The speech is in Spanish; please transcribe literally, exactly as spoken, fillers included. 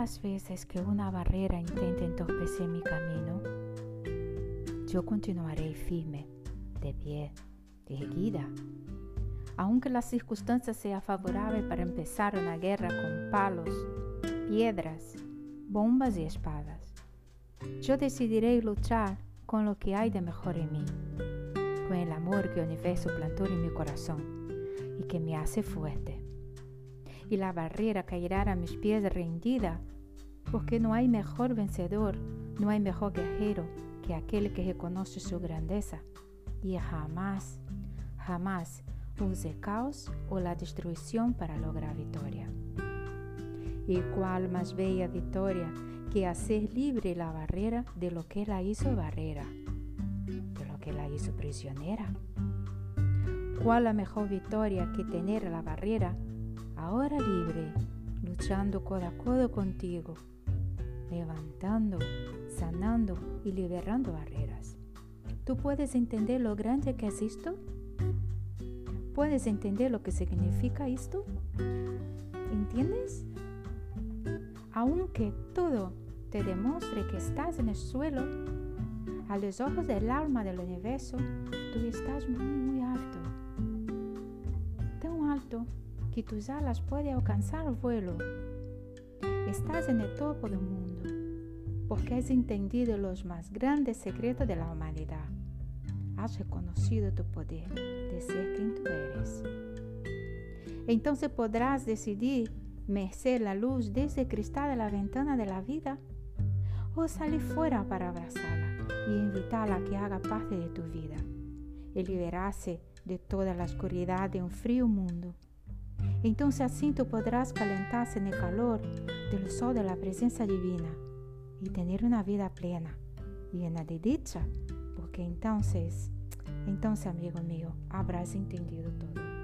las veces que una barrera intente entorpecer mi camino, yo continuaré firme, de pie, erguida. Aunque las circunstancias sean favorables para empezar una guerra con palos, piedras, bombas y espadas, yo decidiré luchar con lo que hay de mejor en mí, con el amor que el universo plantó en mi corazón y que me hace fuerte. Y la barrera caerá a mis pies rendida, porque no hay mejor vencedor, no hay mejor guerrero que aquel que reconoce su grandeza y jamás, jamás use caos o la destrucción para lograr victoria. ¿Y cuál más bella victoria que hacer libre la barrera de lo que la hizo barrera, de lo que la hizo prisionera? ¿Cuál la mejor victoria que tener la barrera ahora libre, luchando codo a codo contigo, levantando, sanando y liberando barreras? ¿Tú puedes entender lo grande que es esto? ¿Puedes entender lo que significa esto? ¿Entiendes? Aunque todo te demuestre que estás en el suelo, a los ojos del alma del universo, tú estás muy, muy alto. Tan alto que tus alas pueden alcanzar vuelo. Estás en el topo del mundo, porque has entendido los más grandes secretos de la humanidad. Has reconocido tu poder de ser quien tú eres. Entonces podrás decidir merecer la luz desde el cristal de la ventana de la vida, o salir fuera para abrazarla y invitarla a que haga parte de tu vida y liberarse de toda la oscuridad de un frío mundo. Entonces así tú podrás calentarse en el calor del sol de la presencia divina y tener una vida plena, llena de dicha, porque entonces, entonces amigo mío, habrás entendido todo.